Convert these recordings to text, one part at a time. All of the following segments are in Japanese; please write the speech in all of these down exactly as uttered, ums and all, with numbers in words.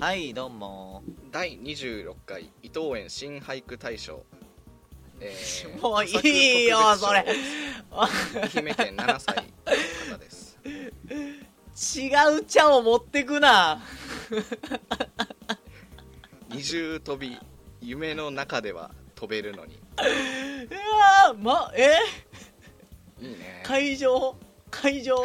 はいどうもだいにじゅうろっかい伊藤園新俳句大賞、えー、もういいよそれ愛媛県ななさいの方です。 違う茶を持ってくな二重跳び夢の中では飛べるのに。 いやーまえいいね。 会場会場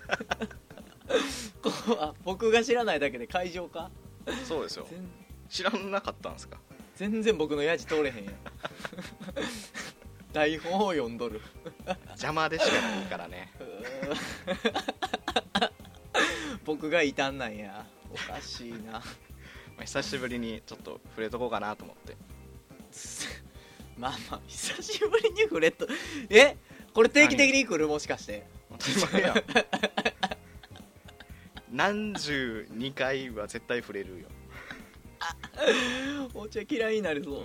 こあ僕が知らないだけで会場か。 そうですよ。知らなかったんですか。 全然僕のヤジ通れへんやん台本を読んどる邪魔でしかないからね僕が異端なんや。おかしいな久しぶりにちょっと触れとこうかなと思ってまあまあ久しぶりに触れとえこれ定期的に来るもしかして当たり前やん何十にかいは絶対触れるよお茶嫌いになるぞ、うん、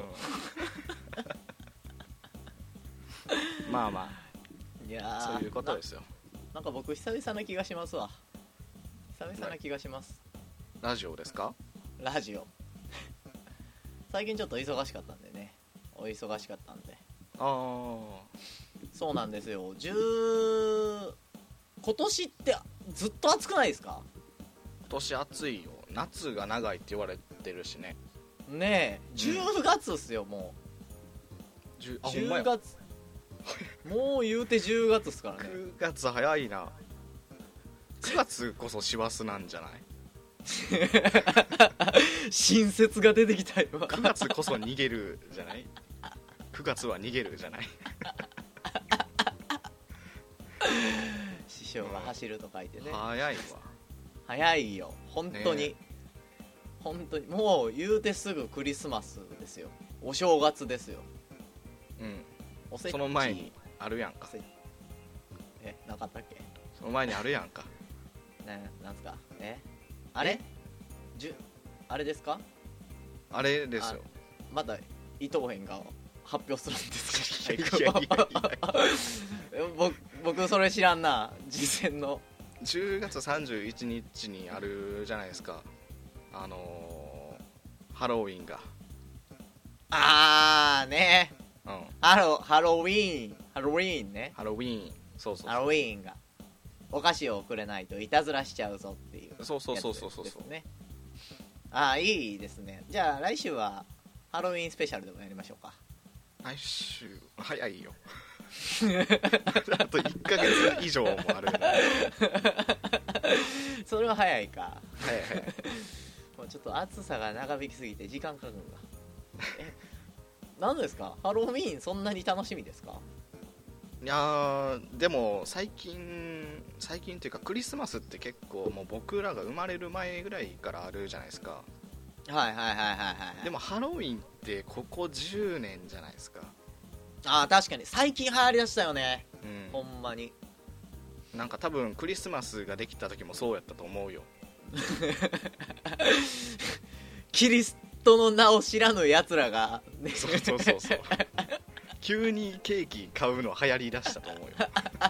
まあまあいやそういうことですよ。 な, なんか僕久々な気がしますわ。久々な気がします。 ラジオですか。 ラジオ最近ちょっと忙しかったんでね。お忙しかったんで。 ああそうなんですよ。じゅう今年ってずっと暑くないですか。 今年暑いよ。夏が長いって言われてるしね。 ねえじゅうがつっすよ、もうじゅうじゅうがつもう言うてじゅうがつっすからね。 くがつ早いな。くがつこそ師走なんじゃない新説が出てきたよ。 くがつこそ逃げるじゃない。くがつは逃げるじゃない師匠が走ると書いてね、 早いわ。 早いよ本当に、 ね、 本当にもう言うてすぐクリスマスですよ。お正月ですよ。 うんおせちその前にあるやんか。 えなかったっけ。 その前にあるやんか。 ねなんすか。えあれじゅあれですか。 あれですよ。 まだ伊藤園が発表するんですか。 いやいやいやいや僕, 僕それ知らんな。事前のじゅうがつさんじゅういちにちにあるじゃないですか。あのー、ハロウィンが。 あーね、 うん、 ハロハロウィーンハロウィーンね。 ハロウィーンそうそうそう。 ハロウィーンがお菓子をくれないといたずらしちゃうぞっていう、 そうそうそうそうそうそうね。ああいいですね。じゃあ来週はハロウィーンスペシャルでもやりましょうか。 来週早いよあといっかげつ以上もあるそれは早いか。 早い早いもうちょっと暑さが長引きすぎて時間かかるんだえ何ですか。ハロウィーンそんなに楽しみですか。 いやーでも最近最近っていうかクリスマスって結構もう僕らが生まれる前ぐらいからあるじゃないですか。 はいはいはいはいはい。 でもハロウィンってここじゅうねんじゃないですか。 ああ確かに最近流行りだしたよね、 うん、 ほんまに。 なんか多分クリスマスができた時もそうやったと思うよキリストの名を知らぬやつらが、ね、 そうそうそうそう急にケーキ買うの流行りだしたと思うよ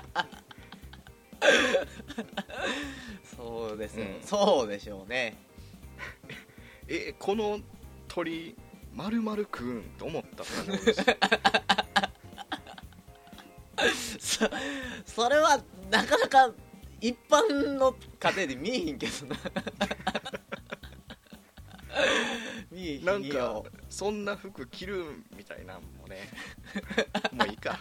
そうですよ、 うん、 そうでしょうねえこの鳥丸々食うんと思ったと思うしそ, それはなかなか一般の家庭で見えへんけどな見えへんよ。 なんかそんな服着るみたいなんもねもういいか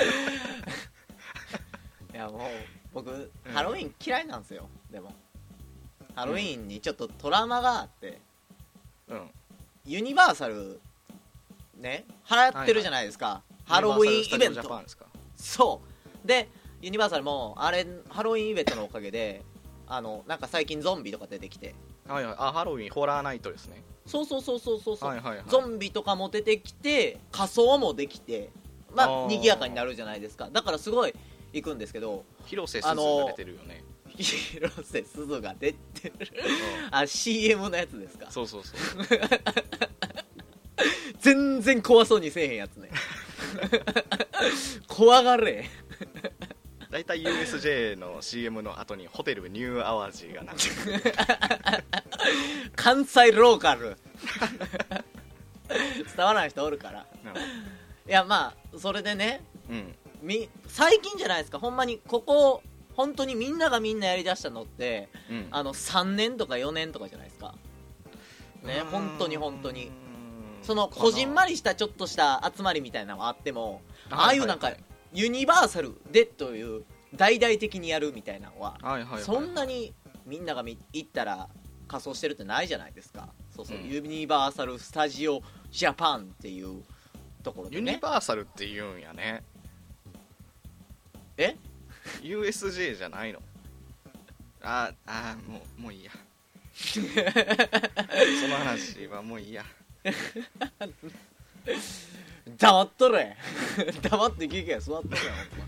いやもう僕、うん、ハロウィン嫌いなんですよ。でもハロウィンにちょっとトラウマがあって、うん、ユニバーサルね流行ってるじゃないですか、はいはい、ハロウィンイベント。そうでユニバーサルもあれハロウィンイベントのおかげであのなんか最近ゾンビとか出てきて、 はいはい、あハロウィンホラーナイトですね。 そうそうそうそうそう、 はいはいはい、 ゾンビとかも出てきて仮装もできてまあ賑やかになるじゃないですか。だからすごい行くんですけど、 広瀬すずが出てるよね。 広瀬すずが出てるあ シーエム のやつですか。 そうそうそう全然怖そうにせえへんやつね怖がれだいたい ユーエスジェー の シーエム の後にホテルニューアワジがなんか関西ローカル伝わらない人おるから、うん、いやまあそれでね、うん、み最近じゃないですか、ほんまにここ本当にみんながみんなやりだしたのって、うん、あのさんねんとかよねんとかじゃないですかね。本当に本当にそのこじんまりしたちょっとした集まりみたいなのがあっても、ああいうなんかユニバーサルでという大々的にやるみたいなのはそんなにみんなが行ったら仮装してるってないじゃないですか。そうそう、うん、ユニバーサルスタジオジャパンっていうところでね。 ユニバーサルって言うんやね。 えユーエスジェー じゃないの？ああもうもういいやその話はもういいや黙っとれ黙って聞けや、座っとれよ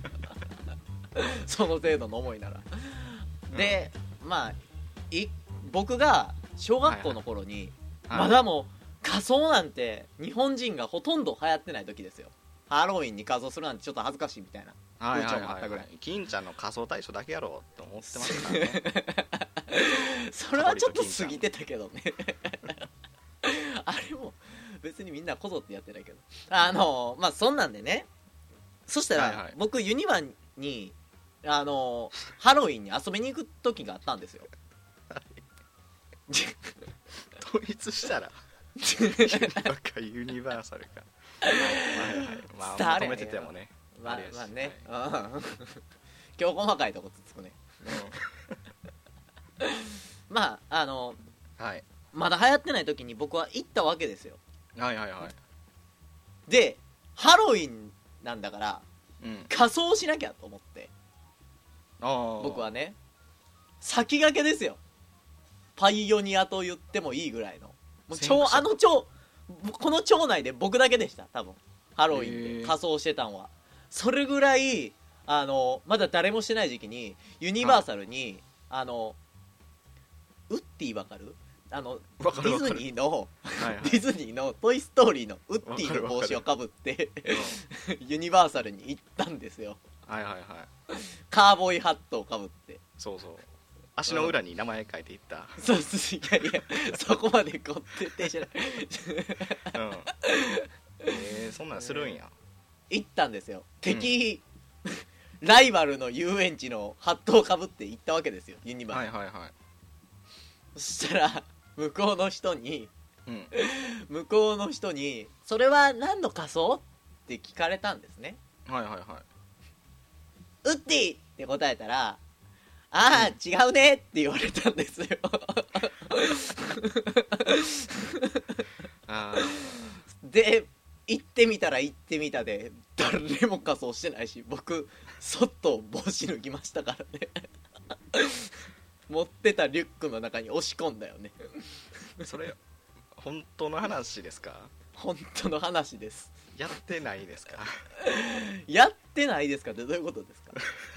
その程度の思いなら、うん、でまあい僕が小学校の頃に、はいはい、まだもう仮装なんて日本人がほとんど流行ってない時ですよ。ハロウィンに仮装するなんてちょっと恥ずかしいみたいな風潮もあったぐらい。 金ちゃんの仮装大賞だけやろって思ってましたからねそれはちょっと過ぎてたけどねあれも別にみんなこぞってやってないけど、あのまあそんなんでね、そしたら、はいはい、僕ユニバにあのハロウィンに遊びに行く時があったんですよ統一したらユニバーサルかはいはい、まあ、求めててもね、 まあ、まあね、はい、今日細かいとこつつくねまああの、はい、まだ流行ってない時に僕は行ったわけですよ。 はいはいはい。 でハロウィンなんだから、うん、仮装しなきゃと思って、あ僕はね先駆けですよ。パイオニアと言ってもいいぐらいの、もう超あの超この町内で僕だけでした多分、ハロウィンで仮装してたんは。それぐらいあのまだ誰もしてない時期にユニバーサルに、あのウッディわかる？あのディズニーのはいはい、ディズニーのトイストーリーのウッディの帽子をかぶってユニバーサルに行ったんですよ。 はいはいはい。 カーボーイハットをかぶって、 そうそう、足の裏に名前書いていった、 うん、そうそう、いやいやそこまでこう徹底してないうん、えー、そんなんするんや。 行ったんですよ。敵、うん、ライバルの遊園地のハットをかぶって行ったわけですよ、ユニバー。 はいはいはい。 そしたら向こうの人に、うん、向こうの人にそれは何の仮装って聞かれたんですね。 はいはいはい。 ウッディって答えたら、ああ、うん、違うねって言われたんですよあで行ってみたら行ってみたで誰も仮装してないし、僕そっと帽子脱ぎましたからね持ってたリュックの中に押し込んだよねそれ本当の話ですか？ 本当の話です。 やってないですか？ やってないですかってどういうことですか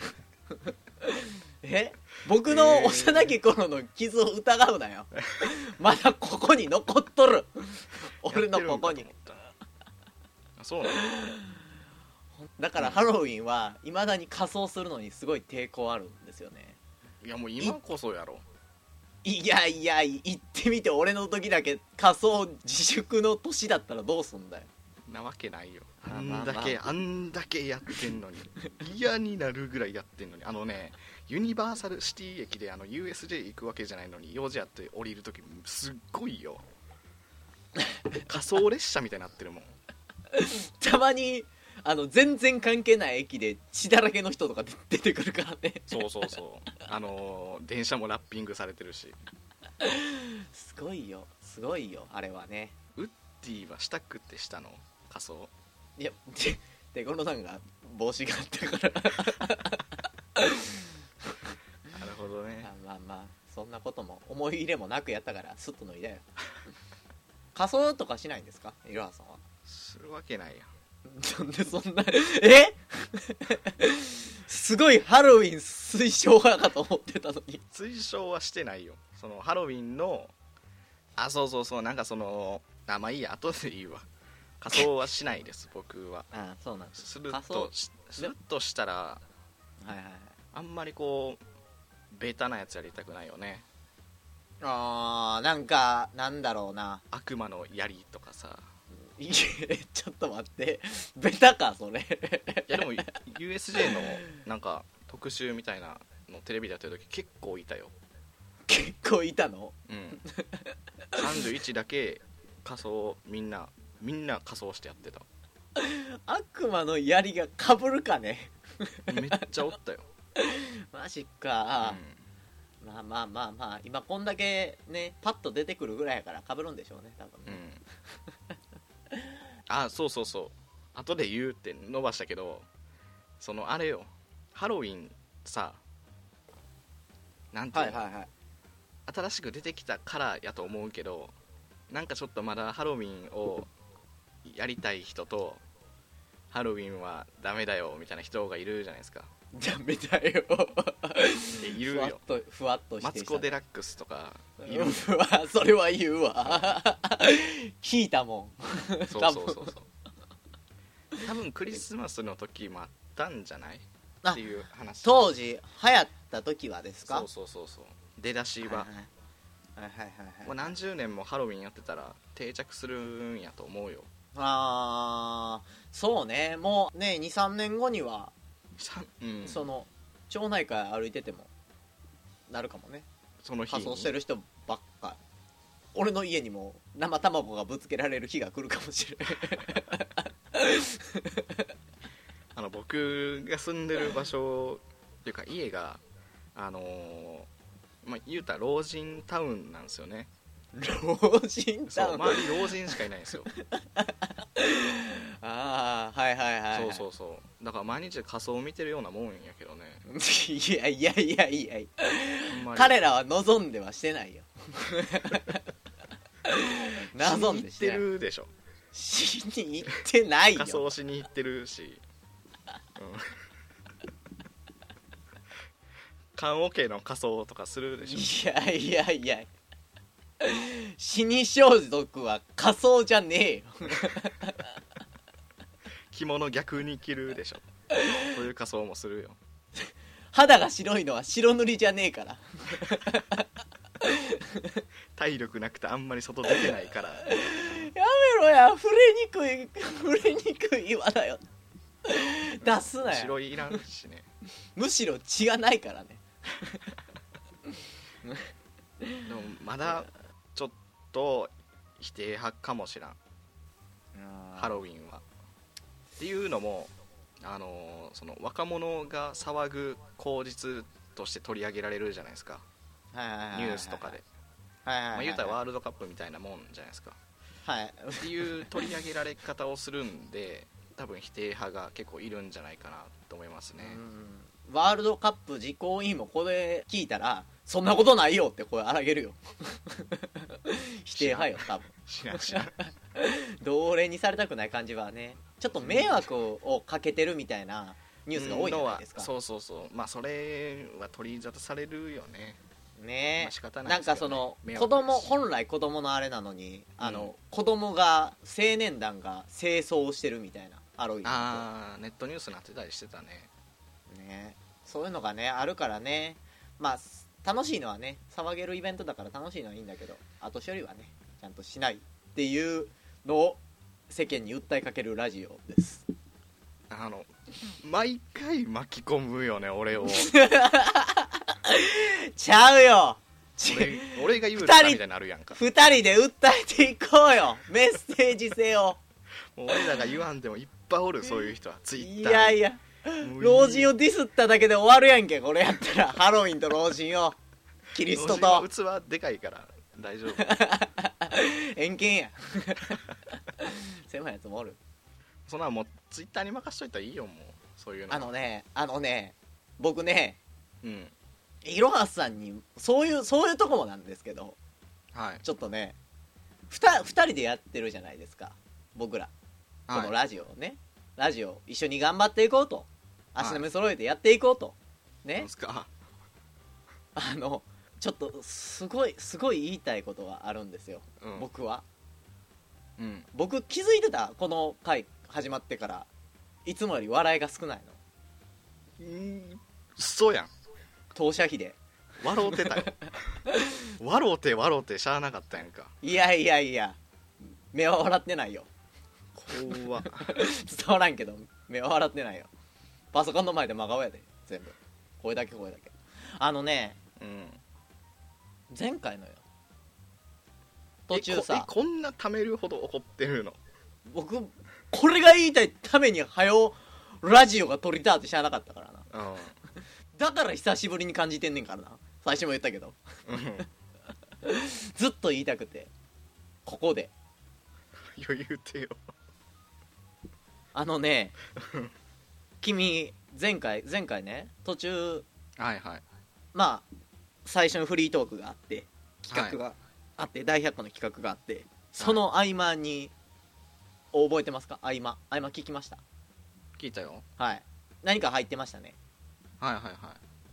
え僕の幼き頃の傷を疑うなよまだここに残っとる俺のここに。 そうなの？ だからハロウィンはいまだに仮装するのにすごい抵抗あるんですよね。 いやもう今こそやろ。 いやいや行ってみて、俺の時だけ仮装自粛の年だったらどうすんだよ。 なわけないよ。あんだけ、まあまあ、あんだけやってんのに嫌になるぐらいやってんのに。あのねユニバーサルシティ駅であの ユーエスジェー 行くわけじゃないのに用事あって降りるときすっごいよ仮装列車みたいになってるもんたまにあの全然関係ない駅で血だらけの人とか出てくるからねそうそうそう、あのー、電車もラッピングされてるしすごいよすごいよあれはね。 ウッディはしたくってしたの仮装？ いやでこのさんが帽子があったからなるほどね。 あまあまあそんなことも思い入れもなくやったからスッと脱いだよ仮装とかしないんですか、いろはさんは？ するわけないやん。 なんでそんなえすごいハロウィン推奨派かと思ってたのに。 推奨はしてないよ。そのハロウィンのあそうそうそうなんかそのあまあいいや後でいいわ。仮装はしないです僕は。 あそうなんです。 するとするとしたら、はいはい、あんまりこうベタなやつやりたくないよね。 あーなんかなんだろうな、 悪魔の槍とかさ。 いやちょっと待って、ベタかそれ。 いやでも ユーエスジェー のなんか特集みたいなのテレビでやってる時結構いたよ。 結構いたの？ うんさんじゅういちだけ仮装、みんなみんな仮装してやってた。 悪魔の槍が被るかね。 めっちゃおったよ。 マジか、 うまあまあまあまあ、今こんだけねパッと出てくるぐらいやから被るんでしょうね多分ん、うね、 ん、あそうそうそう、後で言うって伸ばしたけど、そのあれよ、ハロウィンさ、なんていうの、 はいはいはい、 新しく出てきたからやと思うけど、なんかちょっとまだハロウィンをやりたい人と、ハロウィンはダメだよみたいな人がいるじゃないですか。 ダメだよ。 いるよ。 ふわっとふわっとしてマツコ・デラックスとかいる。 うわそれは言うわ。聞いたもん。 そうそうそうそう。多分クリスマスの時もあったんじゃないっていう話。 当時流行った時はですか？ そうそうそうそう。出だしは、 はいはいはいはいはい、 もう何十年もハロウィンやってたら定着するんやと思うよ。 あーそうね、もうね にさんねんごには、 うん、 その町内会歩いててもなるかもね。 その日仮装してる人ばっか。俺の家にも生卵がぶつけられる日が来るかもしれない。 あの僕が住んでる場所っていうか家があのー、まあ言うたら老人タウンなんですよね。 老人タウン。 そう、周り老人しかいないんですよ。 ああはいはいはい、はい、 そうそうそう。だから毎日仮装を見てるようなもんやけどね。 いやいやいやいやいや、彼らは望んではしてないよ。望んでしてない。 しに行ってるでしょ。 しに行ってないよ。 仮装しに行ってるし、うん、棺桶の仮装とかするでしょ。いやいやいや、死に装束は仮装じゃねえよ。 着物逆に着るでしょ。そういう仮装もするよ。 肌が白いのは白塗りじゃねえから。 体力なくてあんまり外出てないから。 やめろや、触れにくい触れにくい岩だよ。出すなよ。 白いいらんしね。 むしろ血がないからね。 でもまだちょっと否定派かもしらん、ハロウィンは。っていうのも、あのー、その若者が騒ぐ口実として取り上げられるじゃないですか、ニュースとかで。まあ言うたらワールドカップみたいなもんじゃないですか。 はい。 っていう取り上げられ方をするんで、多分否定派が結構いるんじゃないかなと思いますね。 うん、ワールドカップ実行委員もこれ聞いたらそんなことないよって声荒げるよ。否定派よ多分。 知らん知らん。 同例にされたくない感じはね、ちょっと迷惑をかけてるみたいなニュースが多いじゃないですか。 そうそうそう。まあそれは取り沙汰されるよね。 ねえ、 まあ仕方ないなんですけどね、 かその迷惑子供本来子供のあれなのに、あの、うん、子供が青年団が清掃してるみたいなハロウィン。 ああネットニュースになってたりしてたね。 ね、そういうのがねあるからね、まあ楽しいのはね、騒げるイベントだから楽しいのはいいんだけど、後処理はねちゃんとしないっていうのを世間に訴えかけるラジオです。 あの毎回巻き込むよね俺を。 ちゃうよ、 俺, 俺が言うたみたいになるやんか。 ふたりで訴えていこうよ、メッセージ性を。 もう俺らが言わんでもいっぱいおる、そういう人は。ツイッター。 いやいや、老人をディスっただけで終わるやんけこれやったら。ハロウィンと老人を、キリストと。 老人は器でかいから大丈夫。 偏見や。狭いやつもおる。 そんなもうツイッターに任しといたらいいよ、もうそういうの。 あのねあのね僕ね、 うんいろはさんにそういうそういうとこもなんですけど、 はい、 ちょっとね 2, 2人でやってるじゃないですか僕ら、はい、このラジオをね、ラジオ一緒に頑張っていこうと、足並み揃えてやっていこうと、はい、ね。 なんすか。 あのちょっとすごいすごい言いたいことがあるんですよ、うん、僕は、うん、僕気づいてた、この回始まってからいつもより笑いが少ないの。 うん、そうやん。 当社費で笑うてたよ笑うて笑うてしゃあなかったやんか。 いやいやいや、目は笑ってないよ。 怖っ伝わらんけど目は笑ってないよ。パソコンの前で真顔やで全部。声だけ声だけ。あのね、 うん、 前回のよ途中さ、 え こ, えこんな貯めるほど怒ってるの？ 僕これが言いたいために早うラジオが撮りたって知らなかったからな、うん、だから久しぶりに感じてんねんからな。最初も言ったけどずっと言いたくてここで余裕てよ。 あのね君前回前回ね途中、 はいはい、 まあ最初のフリートークがあって企画があって、はい、大百科の企画があって、その合間に、はい、覚えてますか？合間合間聞きました？ 聞いたよ。 はい。何か入ってましたね。 はいはいはい。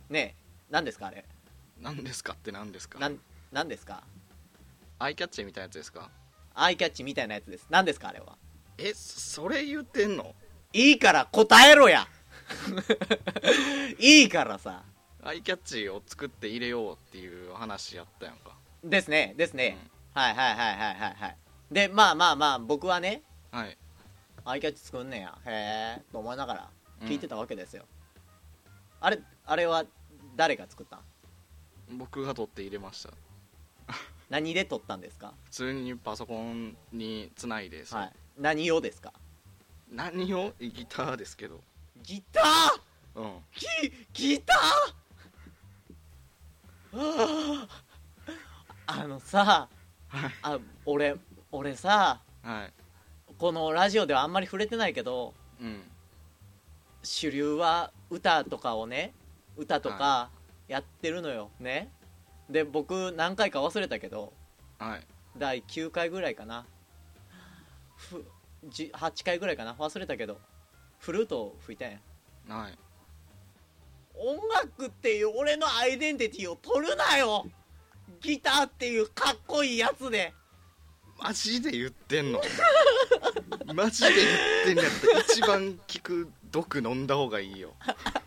ねえ、何ですかあれ？ 何ですかって何ですか？ なん何ですか？ アイキャッチみたいなやつですか？ アイキャッチみたいなやつです。何ですかあれは？ え、それ言ってんの？ いいから答えろやいいからさ、 アイキャッチを作って入れようっていう話やったやんか。 ですねですね、うん、はいはいはいはいはいはい。でまあまあまあ僕はね、 はい、 アイキャッチ作んねやへえと思いながら聞いてたわけですよ、うん、あれあれは誰が作ったん？ 僕が取って入れました何で撮ったんですか？ 普通にパソコンにつないで、 はい、何をですか？ 何をギターですけど。 ギター、うん、ギギターあのさ、はい、あ俺俺さ、はい、このラジオではあんまり触れてないけど、うん、主流は歌とかをね歌とかやってるのよ、はい、ね。で僕何回か忘れたけど、はい、だいきゅうかいぐらいかな、ふはちかいぐらいかな忘れたけどフルートを吹いたんや、はい、音楽っていう俺のアイデンティティを取るなよ、ギターっていうかっこいいやつで。 マジで言ってんのマジで言ってんのやったら一番効く毒飲んだ方がいいよ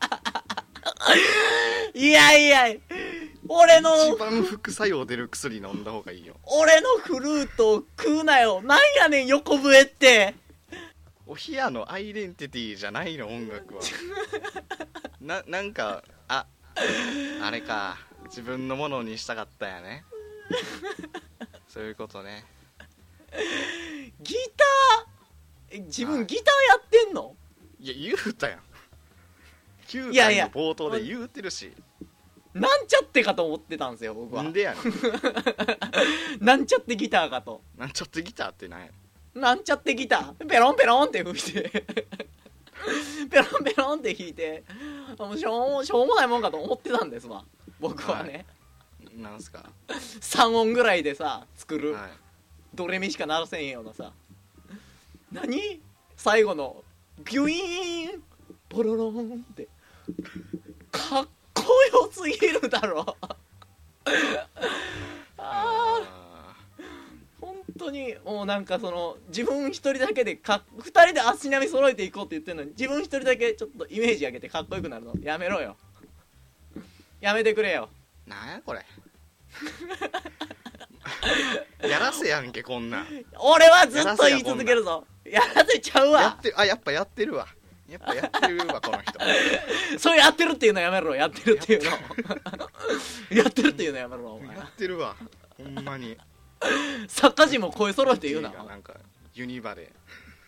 いやいや俺の一番副作用出る薬飲んだ方がいいよ。 俺のフルートを食うなよ。なんやねん横笛って。 お部屋のアイデンティティじゃないの音楽はな, なんかああれか自分のものにしたかったんやねそういうことね。 ギター自分ギターやってんの？ いや言うたやんきゅうかいの冒頭で言うてるし。 なんちゃってかと思ってたんですよ僕は。 なんでやねんなんちゃってギターかと。 なんちゃってギターって何や。 なんちゃってギターペロンペロンって吹いてペロンペロンって弾いてもうしょう、しょうもないもんかと思ってたんですわ僕はね、 はい、なんすかさんおんぐらいでさ作る、はい、ドレミしか鳴らせんようなさ、何最後のビュイーンポロロンってかっこよすぎるだろあ本当にもうなんかその自分一人だけでかふたりで足並み揃えていこうって言ってるのに自分一人だけちょっとイメージ上げてかっこよくなるのやめろよやめてくれよ。 なんやこれやらせやんけこんなん。 俺はずっと言い続けるぞ。やらせちゃうわ。 やってあやっぱやってるわやっぱやってるわこの人それやってるっていうのやめろ。やってるっていうのやってるっていうのやめろお前。 やってるわほんまに作家陣も声揃えて言うな。 なんかユニバで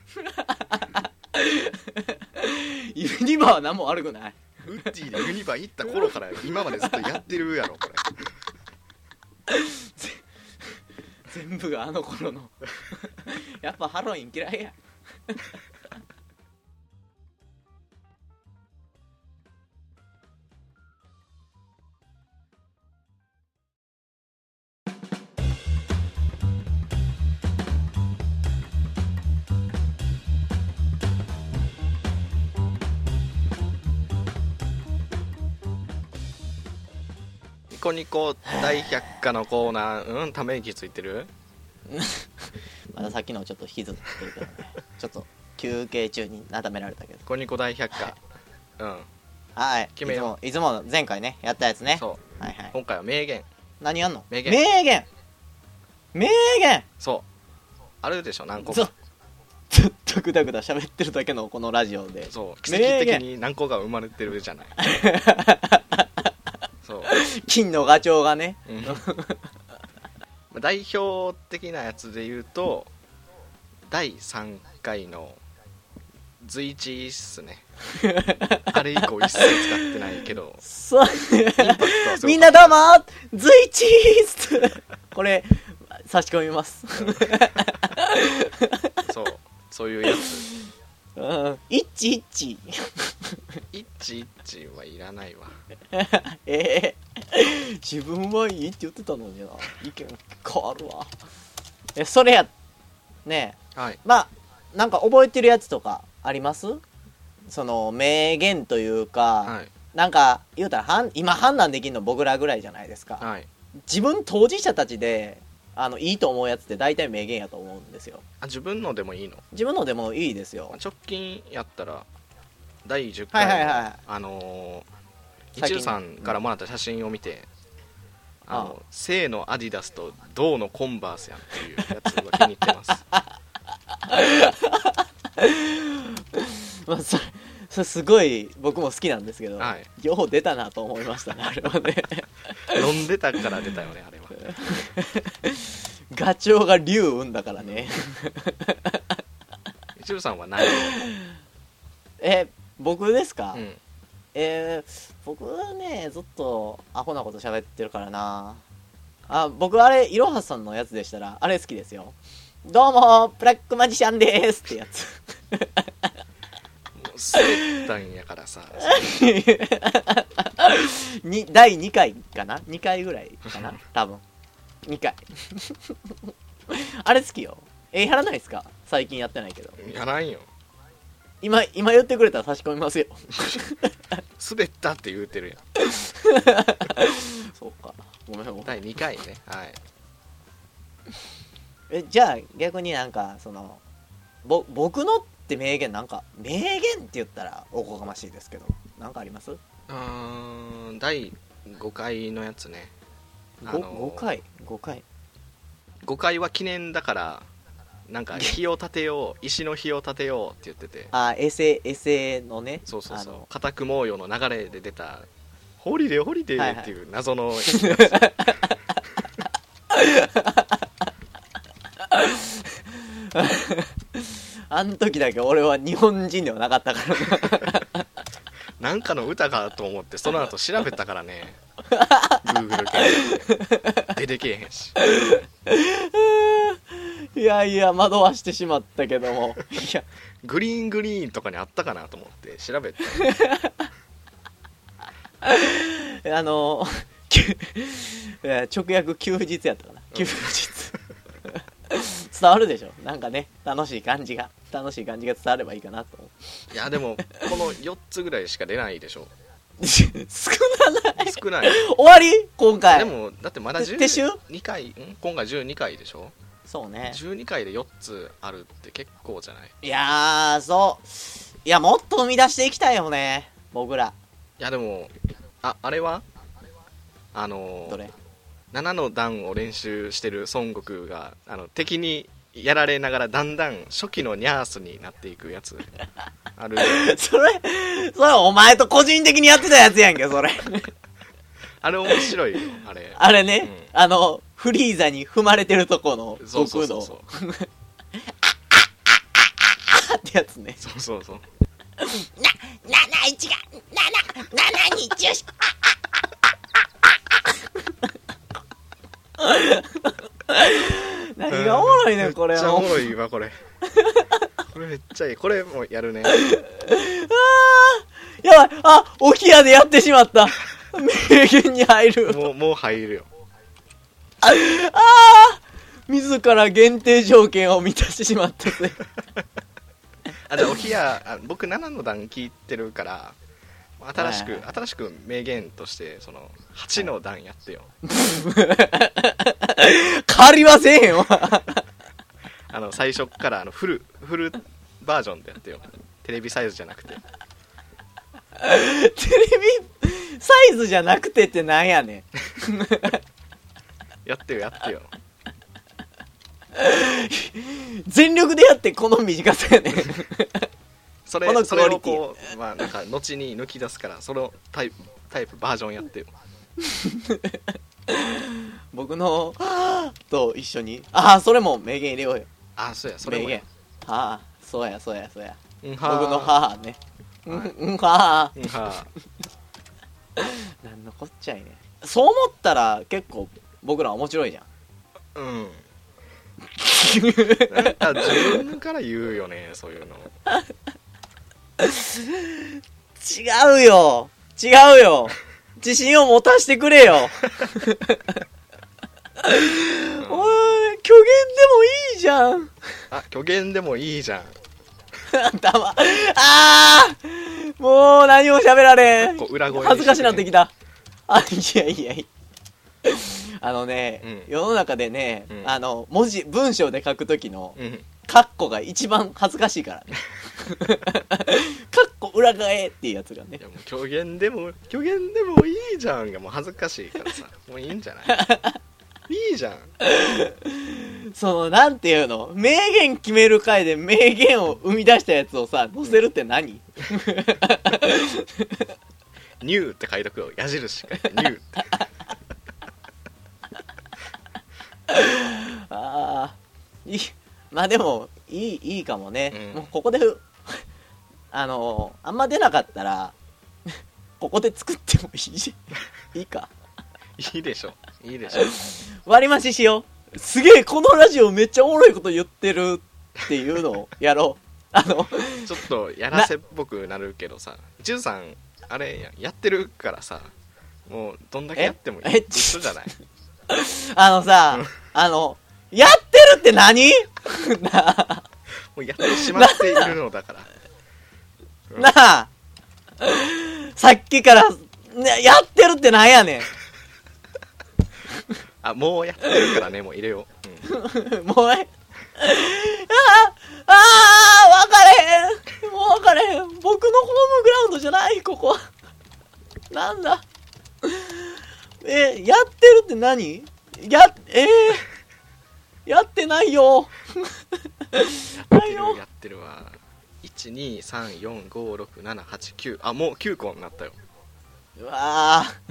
ユニバは何も悪くない。 ウッディでユニバ行った頃から今までずっとやってるやろこれ全部があの頃のやっぱハロウィン嫌いやニコニコ大百科のコーナー、うん、ため息ついてるまださっきのちょっと引きずってるけどねちょっと休憩中になだめられたけどニコニコ大百科うんはい決めよういつもいつも前回ねやったやつね。 そう、 はいはい、 今回は名言。 何やんの？ 名言名言名言。 そうあるでしょ何個ずか。 ずっとグダグダ喋ってるだけのこのラジオで、 そう奇跡的に何個か生まれてるじゃないそう金のガチョウがね、 うん、代表的なやつで言うとだいさんかいの随一っすねあれ以降一切使ってないけどそうみんなどうも随一っすこれ差し込みますそうそういうやつ。 うん、イッチイッチイッチイッチはいらないわええー、自分はいいって言ってたのにな。意見変わるわ。えそれやねえ、 はい、 まあなんか覚えてるやつとかあります？その名言というか、 はい、 なんか言うたらはん今判断できるの僕らぐらいじゃないですか、 はい、 自分当事者たちであのいいと思うやつって大体名言やと思うんですよ。 あ自分のでもいいの？ 自分のでもいいですよ。 直近やったらだいじゅっかいの、はいはいはい、あのー、一流さんからもらった写真を見て、うん、あの正のアディダスと銅のコンバースやんっていうやつが気に入ってますまあそれそれすごい僕も好きなんですけど、 はい、 よう出たなと思いましたねあれはね飲んでたから出たよねあれはガチョウが竜生んだからね一流さんは何？ え僕ですか、 うん、 えー、僕はねずっとアホなこと喋ってるからなあ。僕あれいろはさんのやつでしたらあれ好きですよ。どうもブラックマジシャンでーすってやつもう滑ったんやからさにだいにかいかなにかいぐらいかな多分にかいあれ好きよ。えやらないですか？最近やってないけど。 やらんよ。 今今言ってくれたら差し込みますよ滑ったって言うてるやんそうかごめんごめん。 だいにかいね。はいえじゃあ逆になんかそのぼ僕のって名言なんか名言って言ったらおこがましいですけどなんかあります？ うーんだいごかいのやつね。 あのー、ご, ごかいごかいごかいは記念だからなんか火を立てよう石の火を立てようって言ってて、 あエセエセのね、 そうそうそう固く模様の流れで出たホリデーホリデーっていう謎の、はいはいあの時だけ俺は日本人ではなかったからななんかの歌かと思ってその後調べたからねGoogle 検出てけえへんしいやいや惑わしてしまったけどもいやグリーングリーンとかにあったかなと思って調べたあの直訳休日やったかな、休日伝わるでしょなんかね。楽しい感じが楽しい感じが伝わればいいかなと思う。 いやでもこのよっつぐらいしか出ないでしょ少ない少ない終わり今回。 でもだってまだじゅうにかいん今回じゅうにかいでしょ。 そうねじゅうにかいでよっつあるって結構じゃない？ いやーそういやもっと生み出していきたいよね僕ら。 いやでもああれはあのー、 どれななの段を練習してる孫悟空があの敵にやられながらだんだん初期のニャースになっていくやつあるそれそれお前と個人的にやってたやつやんけそれあれ面白いよあれあれね、うん、あのフリーザに踏まれてるとこのそうそうそうそうってやつね。 そうそうそうななないちがななななにじゅう何がおもろいねんこれ。 めっちゃおもろいわこれこれめっちゃいい。これもやるね。あーやばい、あおきやでやってしまった。名言に入る。 もうもう入るよ。 ああ自ら限定条件を満たしてしまったぜあじゃあおひや僕ななの段聞いてるから新しく、はいはい、新しく名言としてそのはちの段やってよ。 変わりませんよあの最初からあのフルフルバージョンでやってよ。テレビサイズじゃなくてテレビサイズじゃなくてってなんやねんやってよやってよ全力でやってこの短さやねんそれこのそれをこうまあなんか後に抜き出すからそのタイプタイプバージョンやってよ僕のはぁと一緒にああそれも名言入れようよあそうやそれもや名言はあそうやそうやそうやうん僕のは母ねうんはいうんはあーうんはなんのこっちゃいねそう思ったら結構僕ら面白いじゃんーうんなんか自分から言うよねそういうの違うよ違うよ自信を持たしてくれよおい虚言でもいいじゃんあ虚言でもいいじゃんたまあーもう何も喋られんこう裏声にしてね恥ずかしなってきたあいやいやいやあのね、 うん世の中でね、 うんあの文字文章で書くときのうんカッコが一番恥ずかしいからねカッコ裏返っていうやつがねいやもう虚言でも虚言でもいいじゃんがもう恥ずかしいからさもういいんじゃないいいじゃんそのなんていうの名言決める回で名言を生み出したやつをさ載せるって何ニューって書いとくよ矢印書いてニューってああいいまあでもいいいいかもね、 うんもうここであのあんま出なかったらここで作ってもいいしいいかいいでしょいいでしょ割り増ししようすげえこのラジオめっちゃおもろいこと言ってるっていうのをやろうあのちょっとやらせっぽくなるけどさ一途さんあれややってるからさもうどんだけやってもいいえ一緒じゃないあのさあのやってるって何なあもうやってしまっているのだからうんなあさっきから、ね、やってるってなんやねあもうやってるからねもう入れよう、うんんもうえあああ分かれへんもう分かれへん僕のホームグラウンドじゃないここなんだえやってるって何やえー、やってないよやってるやってるわいちにさんよんごろくななはちきゅうあもうきゅうこになったようわあ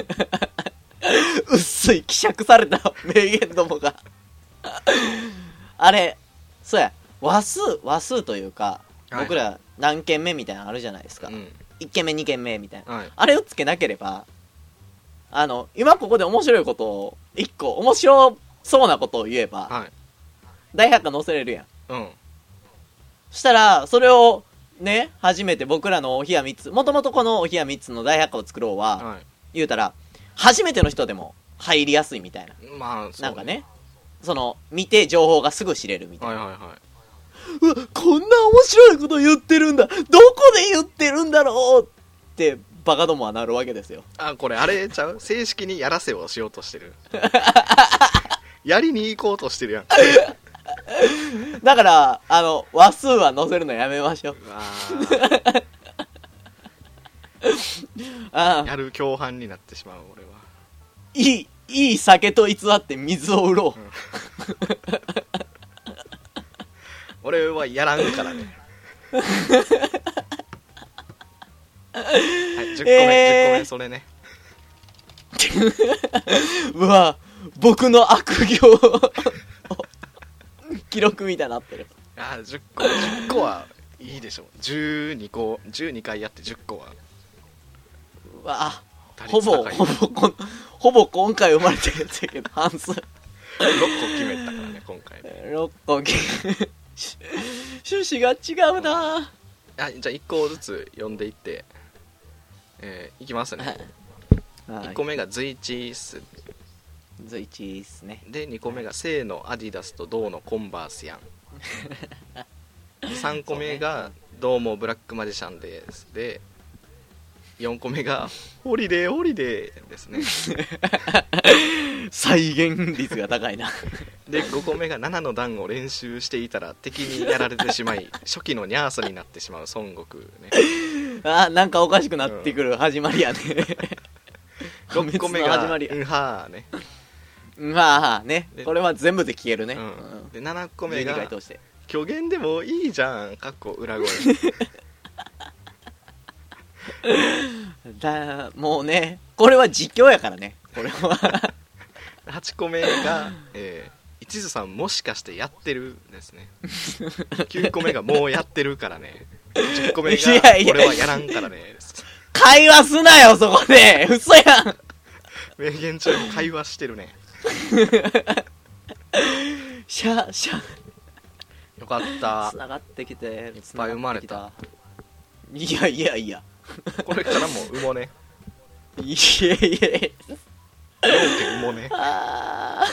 薄い希釈された名言どもがあれそうや話数話数というか、 はい僕ら何件目みたいなのあるじゃないですか、 うんいっけんめにけんめみたいな、 はいあれをつけなければあの今ここで面白いことをいっこ面白そうなことを言えば、 はい大百科載せれるやんうんそしたらそれをね初めて僕らのお冷やみっつもともとこのお冷やみっつの大百科を作ろうは、 は言うたら初めての人でも入りやすいみたいないまあそうなんかねその見て情報がすぐ知れるみたいな、 はいはいはうわこんな面白いこと言ってるんだどこで言ってるんだろうってバカどもはなるわけですよ。 あこれあれちゃう正式にやらせをしようとしてるやりに行こうとしてるやんだからあの話数は載せるのやめましょう。 うわああやる共犯になってしまう俺はいいいい酒と偽って水を売ろう、 俺はやらんからねはいじゅっこめ、 えーじゅっこめそれねうわ僕の悪行記録みたいになってる。 あじゅっこじゅっこはいいでしょじゅうにこじゅうにかいやってじゅっこはうわ打ほぼ率高いほぼこんほぼ今回生まれてるやつやけど半数ろっこ決めたからね今回でろっこき趣旨が違うな。 あじゃあいっこずつ読んでいってえー、いきますねはいいっこめがズイチースズイチっすね。 でにこめが正のアディダスと銅のコンバースやんさんこめがどうもブラックマジシャンですでよんこめがホリデーホリデーですね再現率が高いなでごこめがななの段を練習していたら敵にやられてしまい初期のニャースになってしまう孫悟空ねあ、なんかおかしくなってくる始まりやね、 うん、ろっこめが始まりや、 うんはーね、 うんはーね、これは全部で聞けるね、 うんうん、 でななこめが通して虚言でもいいじゃんかっこ裏声だもうね、これは実況やからね、これははちこめが、えー、一途さんもしかしてやってるですねきゅうこめがもうやってるからね、じゅっこめが俺はやらんからねです。 会話すなよそこで、嘘やん。 名言中に会話してるねしゃしゃよかった、 つながってきていっぱい生まれた。 いやいやいや、 これからも産もね、 いやいやいや、 産もね、 あ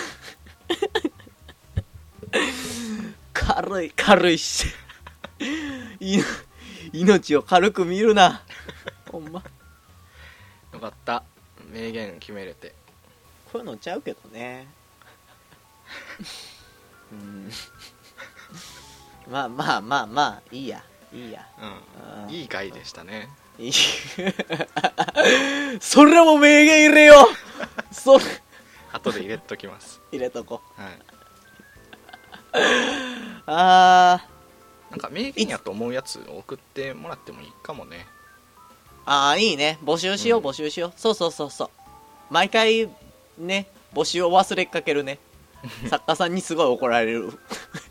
軽い軽いしい命を軽く見るなほんま。 よかった、名言決めれて。 こういうのちゃうけどねうんまあまあまあまあいいやいいや、 うん、いい回でしたね。 いいそれも名言入れようそれ後で入れときます。 入れとこう、 はい、 あーなんか名言やと思うやつを送ってもらってもいいかもね。 ああいいね、募集しよう、うん、募集しよう。そうそうそうそう、毎回ね募集を忘れかけるね作家さんにすごい怒られる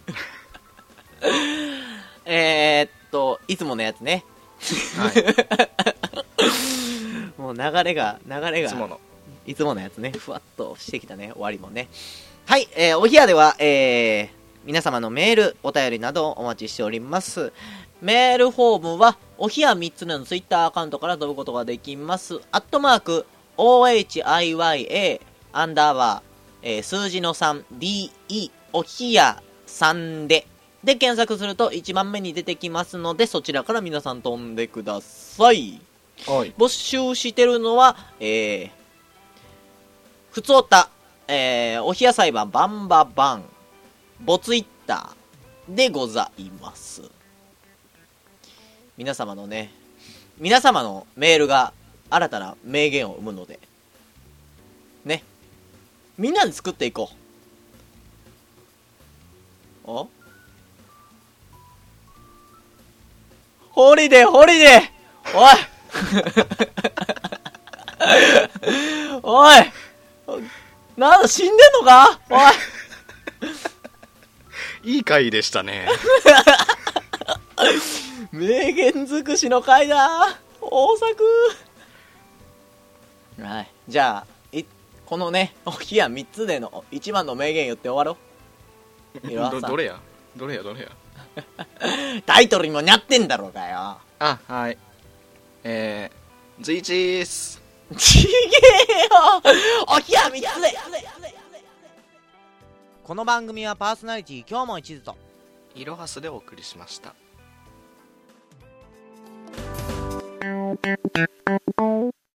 えーっといつものやつね、はい、もう流れが流れがいつものいつものやつね、ふわっとしてきたね、終わりもね。はい、えー、お部屋では、えー、皆様のメールお便りなどお待ちしております。メールフォームはお部屋みっつのツイッターアカウントから飛ぶことができます。アットマーク オーエイチアイワイエー アンダーバー、えー、数字の さんディーイー お部屋さんでで検索するといちばんめに出てきますので、そちらから皆さん飛んでください。 はい、 募集してるのは、えー、ふつおた、えー、お冷や裁判バンババンボツイッターでございます。皆様のね、皆様のメールが新たな名言を生むのでね、みんなで作っていこう。おホリデーホリデーおいおいなんだ死んでんのかおいいい回でしたね名言尽くしの回だ大作。はい、じゃあいこのねお冷やみっつでの一番の名言言って終わろう。 ど, どれやどれやどれやタイトルにもなってんだろうかよ。 あ、はい、えー、ズイチースちげえよお冷やみっつで。この番組はパーソナリティ今日も一途といろはすでお送りしました。